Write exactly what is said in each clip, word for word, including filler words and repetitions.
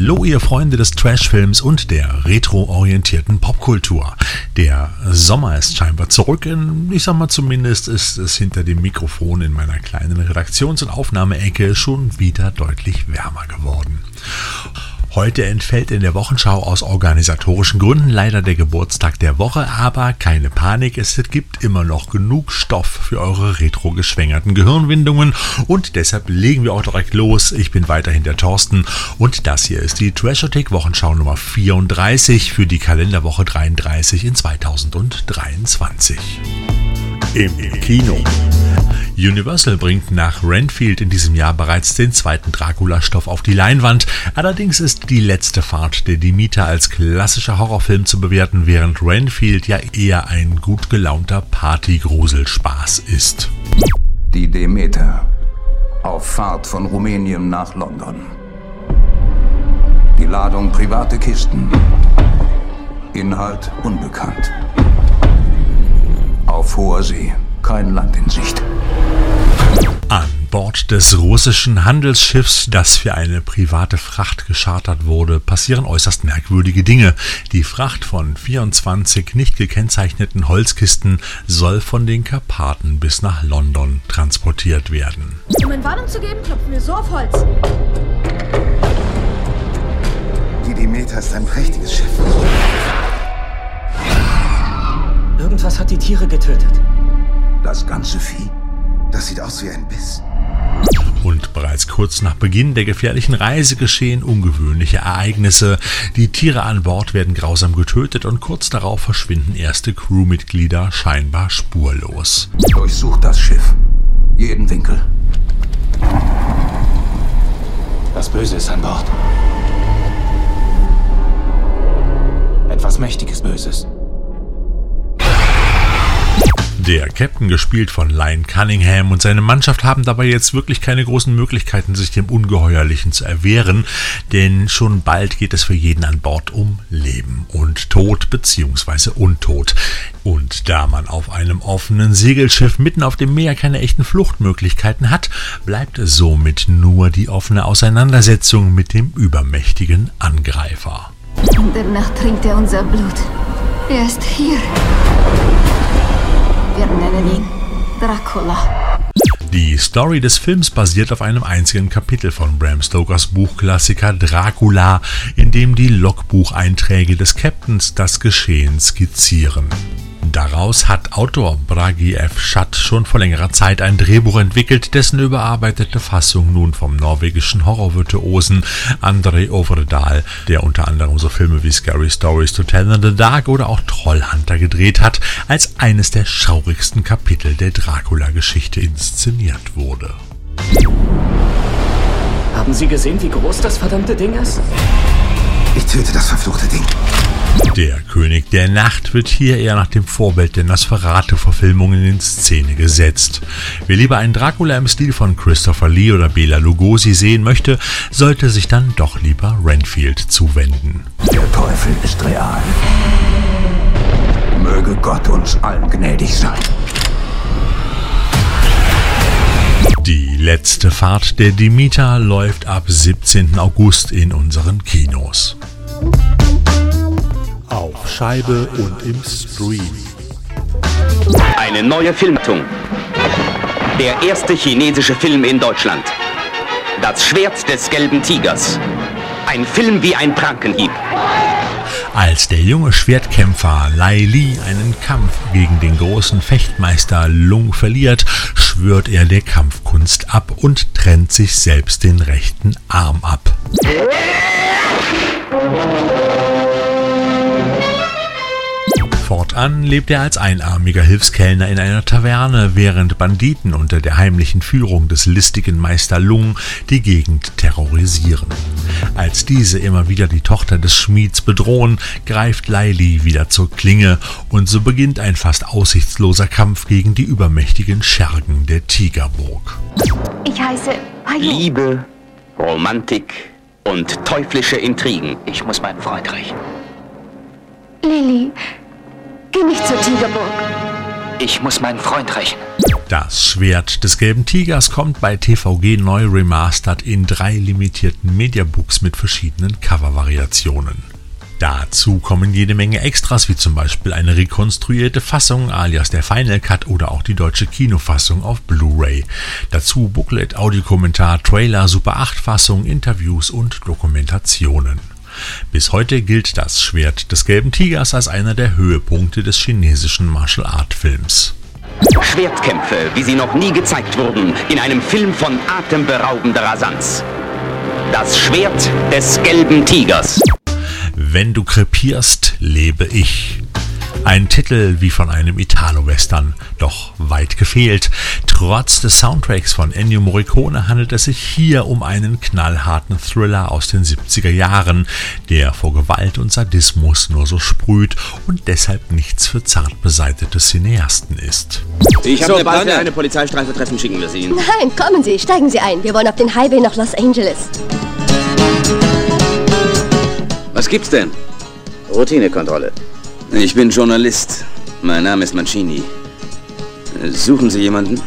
Hallo ihr Freunde des Trashfilms und der retro-orientierten Popkultur. Der Sommer ist scheinbar zurück. Ich sag mal, zumindest ist es hinter dem Mikrofon in meiner kleinen Redaktions- und Aufnahmeecke schon wieder deutlich wärmer geworden. Heute entfällt in der Wochenschau aus organisatorischen Gründen leider der Geburtstag der Woche, aber keine Panik, es gibt immer noch genug Stoff für eure retro-geschwängerten Gehirnwindungen und deshalb legen wir auch direkt los. Ich bin weiterhin der Thorsten und das hier ist die Trashothek Wochenschau Nummer vierunddreißig für die Kalenderwoche dreiunddreißig in zweitausenddreiundzwanzig. Im Kino. Universal bringt nach Renfield in diesem Jahr bereits den zweiten Dracula-Stoff auf die Leinwand. Allerdings ist Die letzte Fahrt der Demeter als klassischer Horrorfilm zu bewerten, während Renfield ja eher ein gut gelaunter Party-Gruselspaß ist. Die Demeter. Auf Fahrt von Rumänien nach London. Die Ladung private Kisten. Inhalt unbekannt. Auf hoher See. Kein Land in Sicht. An Bord des russischen Handelsschiffs, das für eine private Fracht geschartert wurde, passieren äußerst merkwürdige Dinge. Die Fracht von vierundzwanzig nicht gekennzeichneten Holzkisten soll von den Karpaten bis nach London transportiert werden. Um in Warnung zu geben, klopfen wir so auf Holz. Die Demeter ist ein prächtiges Schiff. Irgendwas hat die Tiere getötet. Das ganze Vieh? Das sieht aus wie ein Biss. Und bereits kurz nach Beginn der gefährlichen Reise geschehen ungewöhnliche Ereignisse. Die Tiere an Bord werden grausam getötet und kurz darauf verschwinden erste Crewmitglieder scheinbar spurlos. Durchsucht das Schiff. Jeden Winkel. Das Böse ist an Bord. Etwas mächtiges Böses. Der Captain, gespielt von Liam Cunningham, und seine Mannschaft haben dabei jetzt wirklich keine großen Möglichkeiten, sich dem Ungeheuerlichen zu erwehren, denn schon bald geht es für jeden an Bord um Leben und Tod bzw. Untod. Und da man auf einem offenen Segelschiff mitten auf dem Meer keine echten Fluchtmöglichkeiten hat, bleibt somit nur die offene Auseinandersetzung mit dem übermächtigen Angreifer. In der Nacht trinkt er unser Blut. Er ist hier. Wir nennen ihn Dracula. Die Story des Films basiert auf einem einzigen Kapitel von Bram Stokers Buchklassiker Dracula, in dem die Logbucheinträge des Captains das Geschehen skizzieren. Daraus hat Autor Bragi F. Schatt schon vor längerer Zeit ein Drehbuch entwickelt, dessen überarbeitete Fassung nun vom norwegischen Horrorvirtuosen André Øvredal, der unter anderem so Filme wie Scary Stories to Tell in the Dark oder auch Trollhunter gedreht hat, als eines der schaurigsten Kapitel der Dracula-Geschichte inszeniert wurde. Haben Sie gesehen, wie groß das verdammte Ding ist? Ich töte das verfluchte Ding. Der König der Nacht wird hier eher nach dem Vorbild der Nosferatu-Verfilmungen in Szene gesetzt. Wer lieber einen Dracula im Stil von Christopher Lee oder Bela Lugosi sehen möchte, sollte sich dann doch lieber Renfield zuwenden. Der Teufel ist real. Möge Gott uns allen gnädig sein. Die letzte Fahrt der Demeter läuft ab siebzehnten August in unseren Kinos. Auf Scheibe und im Stream. Eine neue Filmtung. Der erste chinesische Film in Deutschland. Das Schwert des gelben Tigers. Ein Film wie ein Prankenhieb. Als der junge Schwertkämpfer Lai Li einen Kampf gegen den großen Fechtmeister Lung verliert, schwört er der Kampfkunst ab und trennt sich selbst den rechten Arm ab. Fortan lebt er als einarmiger Hilfskellner in einer Taverne, während Banditen unter der heimlichen Führung des listigen Meister Lung die Gegend terrorisieren. Als diese immer wieder die Tochter des Schmieds bedrohen, greift Lai Li wieder zur Klinge und so beginnt ein fast aussichtsloser Kampf gegen die übermächtigen Schergen der Tigerburg. Ich heiße Payu. Liebe, Romantik und teuflische Intrigen. Ich muss meinen Freund rächen. Lilly, geh nicht zur Tigerburg. Ich muss meinen Freund rächen. Das Schwert des Gelben Tigers kommt bei T V G neu remastered in drei limitierten Mediabooks mit verschiedenen Covervariationen. Dazu kommen jede Menge Extras, wie zum Beispiel eine rekonstruierte Fassung alias der Final Cut oder auch die deutsche Kinofassung auf Blu-ray. Dazu Booklet, Audiokommentar, Trailer, Super acht Fassung, Interviews und Dokumentationen. Bis heute gilt das Schwert des Gelben Tigers als einer der Höhepunkte des chinesischen Martial-Art-Films. Schwertkämpfe, wie sie noch nie gezeigt wurden, in einem Film von atemberaubender Rasanz. Das Schwert des Gelben Tigers. Wenn du krepierst, lebe ich. Ein Titel wie von einem Italo-Western, doch weit gefehlt. Trotz des Soundtracks von Ennio Morricone handelt es sich hier um einen knallharten Thriller aus den siebziger Jahren, der vor Gewalt und Sadismus nur so sprüht und deshalb nichts für zart beseitete Cineasten ist. Ich habe Sobald wir eine Polizeistreife treffen, schicken wir sie Ihnen. Nein, kommen Sie, steigen Sie ein. Wir wollen auf den Highway nach Los Angeles. Was gibt's denn? Routinekontrolle. Ich bin Journalist. Mein Name ist Mancini. Suchen Sie jemanden?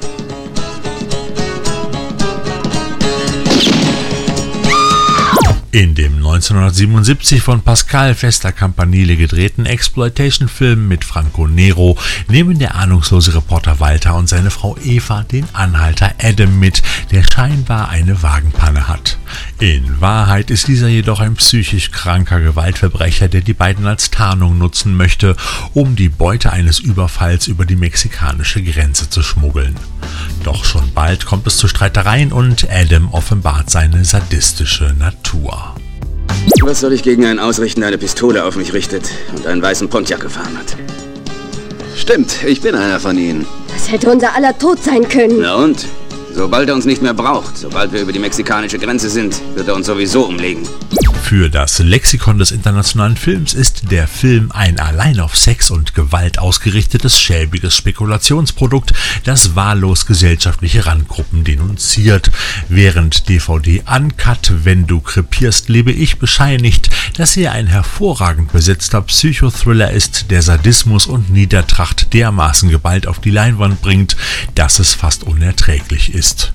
In dem neunzehnhundertsiebenundsiebzig von Pascal Festa Campanile gedrehten Exploitation-Film mit Franco Nero nehmen der ahnungslose Reporter Walter und seine Frau Eva den Anhalter Adam mit, der scheinbar eine Wagenpanne hat. In Wahrheit ist dieser jedoch ein psychisch kranker Gewaltverbrecher, der die beiden als Tarnung nutzen möchte, um die Beute eines Überfalls über die mexikanische Grenze zu schmuggeln. Doch schon bald kommt es zu Streitereien und Adam offenbart seine sadistische Natur. Was soll ich gegen einen ausrichten, der eine Pistole auf mich richtet und einen weißen Pontiac gefahren hat? Stimmt, ich bin einer von ihnen. Das hätte unser aller Tod sein können. Na und? Sobald er uns nicht mehr braucht, sobald wir über die mexikanische Grenze sind, wird er uns sowieso umlegen. Für das Lexikon des internationalen Films ist der Film ein allein auf Sex und Gewalt ausgerichtetes, schäbiges Spekulationsprodukt, das wahllos gesellschaftliche Randgruppen denunziert, während D V D Uncut Wenn du krepierst, lebe ich bescheinigt, dass er ein hervorragend besetzter Psychothriller ist, der Sadismus und Niedertracht dermaßen Gewalt auf die Leinwand bringt, dass es fast unerträglich ist.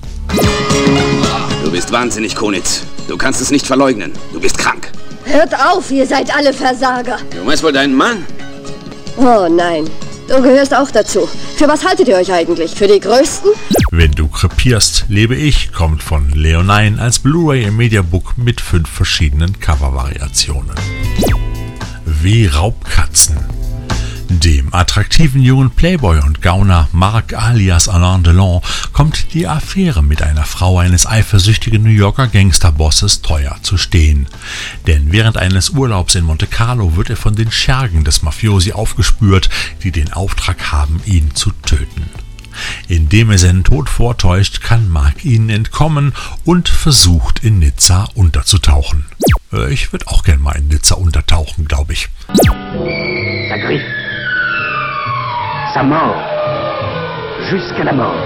Du bist wahnsinnig, Konitz. Du kannst es nicht verleugnen. Du bist krank. Hört auf, ihr seid alle Versager. Du meinst wohl deinen Mann? Oh nein, du gehörst auch dazu. Für was haltet ihr euch eigentlich? Für die Größten? Wenn du krepierst, lebe ich kommt von Leonine als Blu-ray im Mediabook mit fünf verschiedenen Covervariationen. Wie Raubkatzen. Dem attraktiven jungen Playboy und Gauner Marc alias Alain Delon kommt die Affäre mit einer Frau eines eifersüchtigen New Yorker Gangsterbosses teuer zu stehen. Denn während eines Urlaubs in Monte Carlo wird er von den Schergen des Mafiosi aufgespürt, die den Auftrag haben, ihn zu töten. Indem er seinen Tod vortäuscht, kann Marc ihnen entkommen und versucht, in Nizza unterzutauchen. Ich würde auch gern mal in Nizza untertauchen, glaube ich. Sa griffe. Sa mort. Jusqu'à la mort.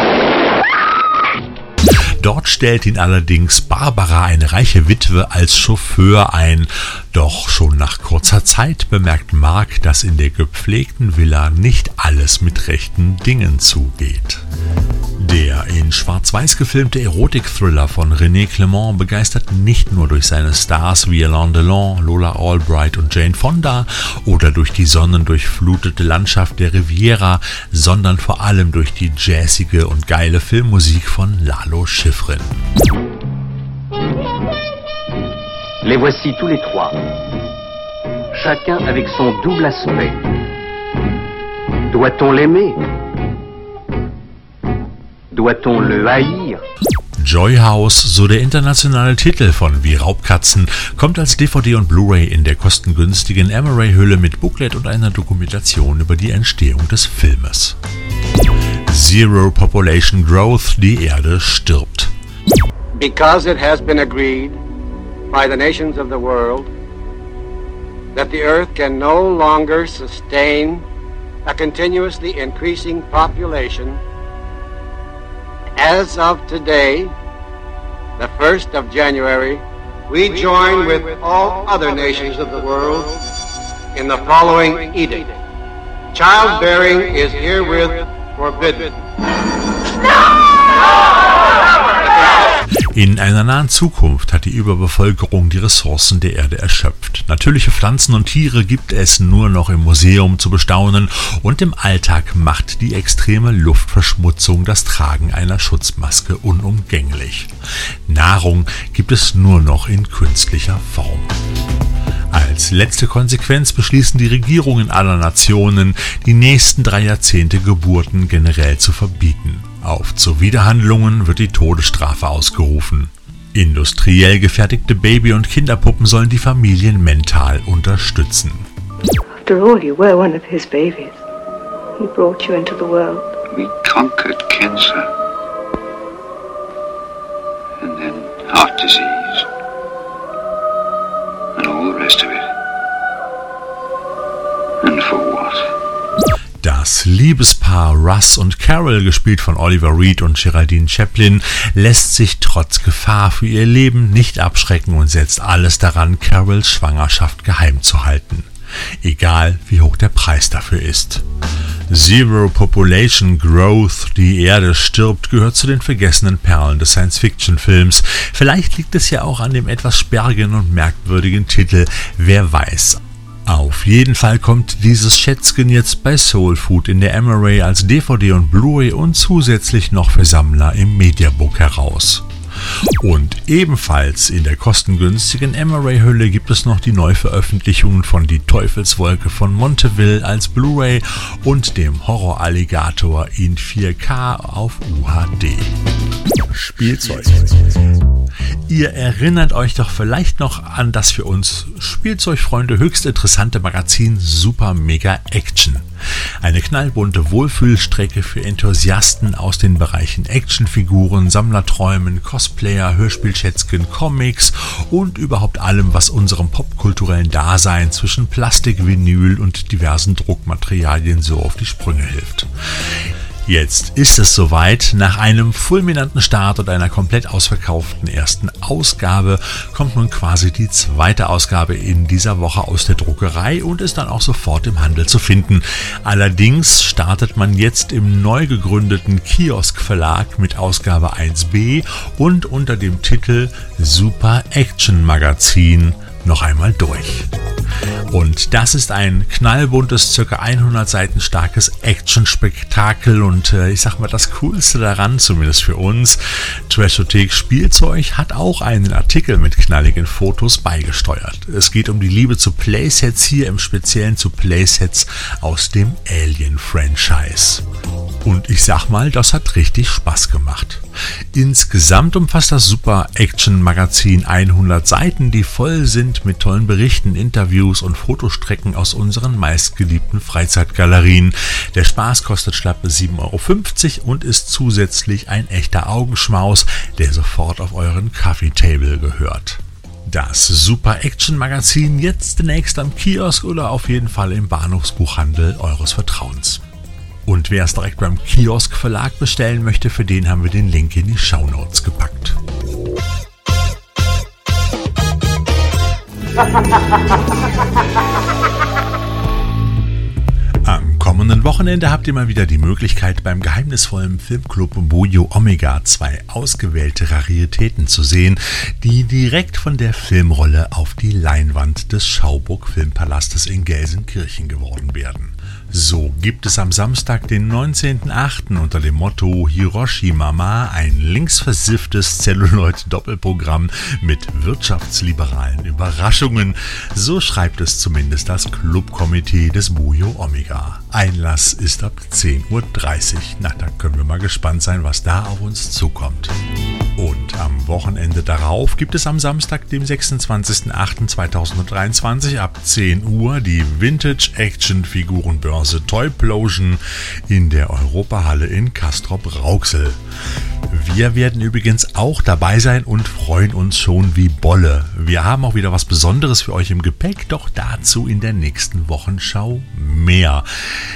Dort stellt ihn allerdings Barbara, eine reiche Witwe, als Chauffeur ein. Doch schon nach kurzer Zeit bemerkt Marc, dass in der gepflegten Villa nicht alles mit rechten Dingen zugeht. Der in Schwarz-Weiß gefilmte Erotik-Thriller von René Clément begeistert nicht nur durch seine Stars wie Alain Delon, Lola Albright und Jane Fonda oder durch die sonnendurchflutete Landschaft der Riviera, sondern vor allem durch die jazzige und geile Filmmusik von Lalo Schifrin. Les voici tous les trois, chacun avec son double aspect. Doit-on l'aimer? Doit-on le haïr? Joy House, so der internationale Titel von Wie Raubkatzen, kommt als D V D und Blu-ray in der kostengünstigen Amaray-Hülle mit Booklet und einer Dokumentation über die Entstehung des Filmes. Zero Population Growth, die Erde stirbt. Because it has been agreed by the nations of the world that the earth can no longer sustain a continuously increasing population, as of today, the first of January, we join with all other nations of the world in the following edict. Childbearing is herewith forbidden. In einer nahen Zukunft hat die Überbevölkerung die Ressourcen der Erde erschöpft. Natürliche Pflanzen und Tiere gibt es nur noch im Museum zu bestaunen und im Alltag macht die extreme Luftverschmutzung das Tragen einer Schutzmaske unumgänglich. Nahrung gibt es nur noch in künstlicher Form. Als letzte Konsequenz beschließen die Regierungen aller Nationen, die nächsten drei Jahrzehnte Geburten generell zu verbieten. Auf Zuwiderhandlungen wird die Todesstrafe ausgerufen. Industriell gefertigte Baby- und Kinderpuppen sollen die Familien mental unterstützen. After all, you were one of his babies. He brought you into the world. We conquered cancer. And then heart disease. And all the rest of it. And for what? Das Liebespaar Russ und Carol, gespielt von Oliver Reed und Geraldine Chaplin, lässt sich trotz Gefahr für ihr Leben nicht abschrecken und setzt alles daran, Carols Schwangerschaft geheim zu halten. Egal, wie hoch der Preis dafür ist. Zero Population Growth, die Erde stirbt, gehört zu den vergessenen Perlen des Science-Fiction-Films. Vielleicht liegt es ja auch an dem etwas sperrigen und merkwürdigen Titel, wer weiß. Auf jeden Fall kommt dieses Schätzchen jetzt bei Soul Food in der Amaray als D V D und Blu-ray und zusätzlich noch für Sammler im Mediabook heraus. Und ebenfalls in der kostengünstigen Amaray-Hülle gibt es noch die Neuveröffentlichungen von Die Teufelswolke von Montevideo als Blu-ray und dem Horror-Alligator in vier K auf U H D. Spielzeug. Ihr erinnert euch doch vielleicht noch an das für uns Spielzeugfreunde höchst interessante Magazin Super Mega Action. Eine knallbunte Wohlfühlstrecke für Enthusiasten aus den Bereichen Actionfiguren, Sammlerträumen, Cosplayer, Hörspielschätzchen, Comics und überhaupt allem, was unserem popkulturellen Dasein zwischen Plastik, Vinyl und diversen Druckmaterialien so auf die Sprünge hilft. Jetzt ist es soweit. Nach einem fulminanten Start und einer komplett ausverkauften ersten Ausgabe kommt nun quasi die zweite Ausgabe in dieser Woche aus der Druckerei und ist dann auch sofort im Handel zu finden. Allerdings startet man jetzt im neu gegründeten Kiosk Verlag mit Ausgabe eins b und unter dem Titel Super Action Magazin noch einmal durch. Und das ist ein knallbuntes, ca. hundert Seiten starkes Action-Spektakel und äh, ich sag mal das Coolste daran, zumindest für uns, Trashothek Spielzeug hat auch einen Artikel mit knalligen Fotos beigesteuert. Es geht um die Liebe zu Playsets, hier im Speziellen zu Playsets aus dem Alien-Franchise. Und ich sag mal, das hat richtig Spaß gemacht. Insgesamt umfasst das Super Action Magazin hundert Seiten, die voll sind mit tollen Berichten, Interviews und Fotostrecken aus unseren meistgeliebten Freizeitgalerien. Der Spaß kostet schlappe sieben Euro fünfzig und ist zusätzlich ein echter Augenschmaus, der sofort auf euren Coffee-Table gehört. Das Super Action Magazin jetzt demnächst am Kiosk oder auf jeden Fall im Bahnhofsbuchhandel eures Vertrauens. Und wer es direkt beim Kiosk Verlag bestellen möchte, für den haben wir den Link in die Shownotes gepackt. Am kommenden Wochenende habt ihr mal wieder die Möglichkeit, beim geheimnisvollen Filmclub Bujo Omega zwei ausgewählte Raritäten zu sehen, die direkt von der Filmrolle auf die Leinwand des Schauburg Filmpalastes in Gelsenkirchen geworden werden. So gibt es am Samstag, den neunzehnten achten unter dem Motto Hiroshima ein linksversifftes Celluloid-Doppelprogramm mit wirtschaftsliberalen Überraschungen. So schreibt es zumindest das Clubkomitee des Bujo Omega. Einlass ist ab zehn Uhr dreißig. Na, da können wir mal gespannt sein, was da auf uns zukommt. Und am Wochenende darauf gibt es am Samstag, dem sechsundzwanzigsten achten zweitausenddreiundzwanzig ab zehn Uhr die Vintage-Action-Figurenbörse Toyplosion in der Europahalle in Castrop-Rauxel. Wir werden übrigens auch dabei sein und freuen uns schon wie Bolle. Wir haben auch wieder was Besonderes für euch im Gepäck, doch dazu in der nächsten Wochenschau mehr.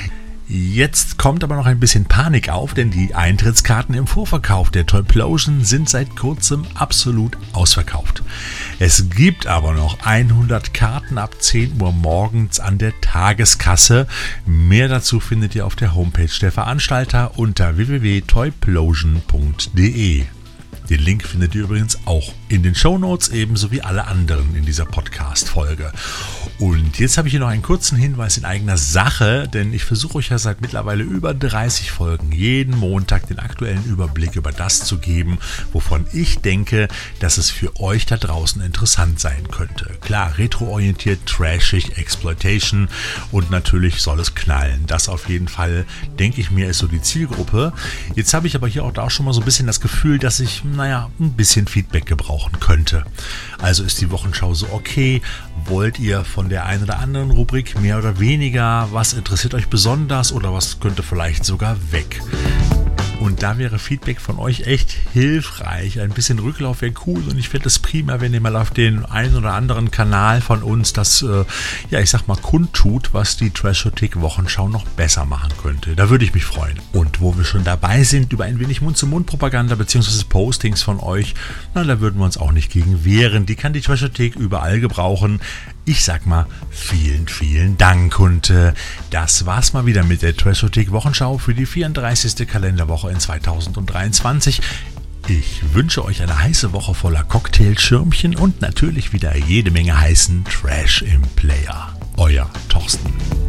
Jetzt kommt aber noch ein bisschen Panik auf, denn die Eintrittskarten im Vorverkauf der Toyplosion sind seit kurzem absolut ausverkauft. Es gibt aber noch hundert Karten ab zehn Uhr morgens an der Tageskasse. Mehr dazu findet ihr auf der Homepage der Veranstalter unter w w w punkt toyplosion punkt d e. Den Link findet ihr übrigens auch in den Shownotes, ebenso wie alle anderen in dieser Podcast-Folge. Und jetzt habe ich hier noch einen kurzen Hinweis in eigener Sache, denn ich versuche euch ja seit mittlerweile über dreißig Folgen jeden Montag den aktuellen Überblick über das zu geben, wovon ich denke, dass es für euch da draußen interessant sein könnte. Klar, retroorientiert, trashig, Exploitation und natürlich soll es knallen. Das auf jeden Fall, denke ich mir, ist so die Zielgruppe. Jetzt habe ich aber hier auch da schon mal so ein bisschen das Gefühl, dass ich naja, ein bisschen Feedback gebrauchen könnte. Also ist die Wochenschau so okay? Wollt ihr von der einen oder anderen Rubrik mehr oder weniger? Was interessiert euch besonders oder was könnte vielleicht sogar weg? Und da wäre Feedback von euch echt hilfreich. Ein bisschen Rücklauf wäre cool und ich fände es prima, wenn ihr mal auf den einen oder anderen Kanal von uns das, äh, ja ich sag mal, kundtut, was die Trashothek Wochenschau noch besser machen könnte. Da würde ich mich freuen. Und wo wir schon dabei sind, über ein wenig Mund-zu-Mund-Propaganda bzw. Postings von euch, na, da würden wir uns auch nicht gegen wehren. Die kann die Trashothek überall gebrauchen. Ich sag mal, vielen, vielen Dank und äh, das war's mal wieder mit der Trashothek Wochenschau für die vierunddreißigste Kalenderwoche in zweitausenddreiundzwanzig. Ich wünsche euch eine heiße Woche voller Cocktailschirmchen und natürlich wieder jede Menge heißen Trash im Player. Euer Thorsten.